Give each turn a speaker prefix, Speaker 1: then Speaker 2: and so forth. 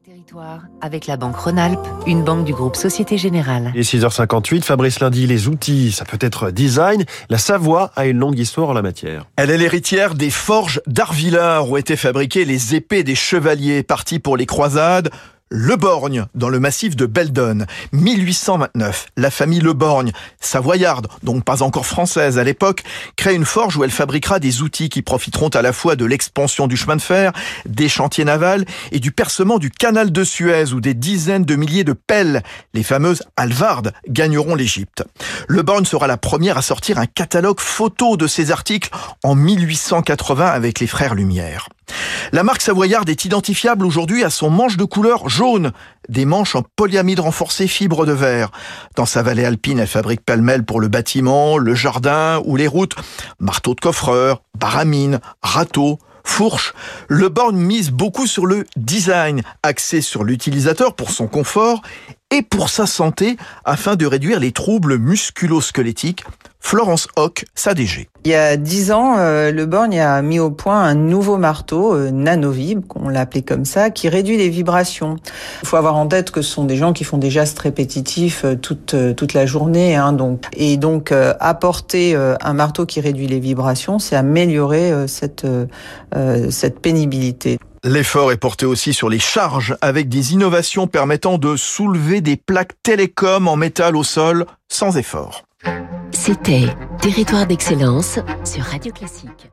Speaker 1: Territoire avec la Banque Rhône-Alpes, une banque du groupe Société Générale.
Speaker 2: Et 6h58, Fabrice Lundi, les outils, ça peut être design. La Savoie a une longue histoire en la matière.
Speaker 3: Elle est l'héritière des forges d'Arvillard où étaient fabriquées les épées des chevaliers partis pour les croisades. Le Borgne, dans le massif de Beldon, 1829. La famille Le Borgne, savoyarde, donc pas encore française à l'époque, crée une forge où elle fabriquera des outils qui profiteront à la fois de l'expansion du chemin de fer, des chantiers navals et du percement du canal de Suez où des dizaines de milliers de pelles, les fameuses halvardes, gagneront l'Égypte. Le Borgne sera la première à sortir un catalogue photo de ses articles en 1880 avec les frères Lumière. La marque savoyarde est identifiable aujourd'hui à son manche de couleur jaune, des manches en polyamide renforcé fibre de verre. Dans sa vallée alpine, elle fabrique pêle-mêle pour le bâtiment, le jardin ou les routes. Marteau de coffreur, baramine, râteau, fourche. Le Borgne mise beaucoup sur le design, axé sur l'utilisateur pour son confort et pour sa santé afin de réduire les troubles musculo-squelettiques. Florence Hoc, sa DG.
Speaker 4: Il y a 10 ans, Le Borgne a mis au point un nouveau marteau, Nanovib, on l'a appelé comme ça, qui réduit les vibrations. Il faut avoir en tête que ce sont des gens qui font des gestes répétitifs toute la journée, donc apporter un marteau qui réduit les vibrations, c'est améliorer cette pénibilité.
Speaker 3: L'effort est porté aussi sur les charges avec des innovations permettant de soulever des plaques télécom en métal au sol sans effort.
Speaker 5: C'était Territoire d'excellence sur Radio Classique.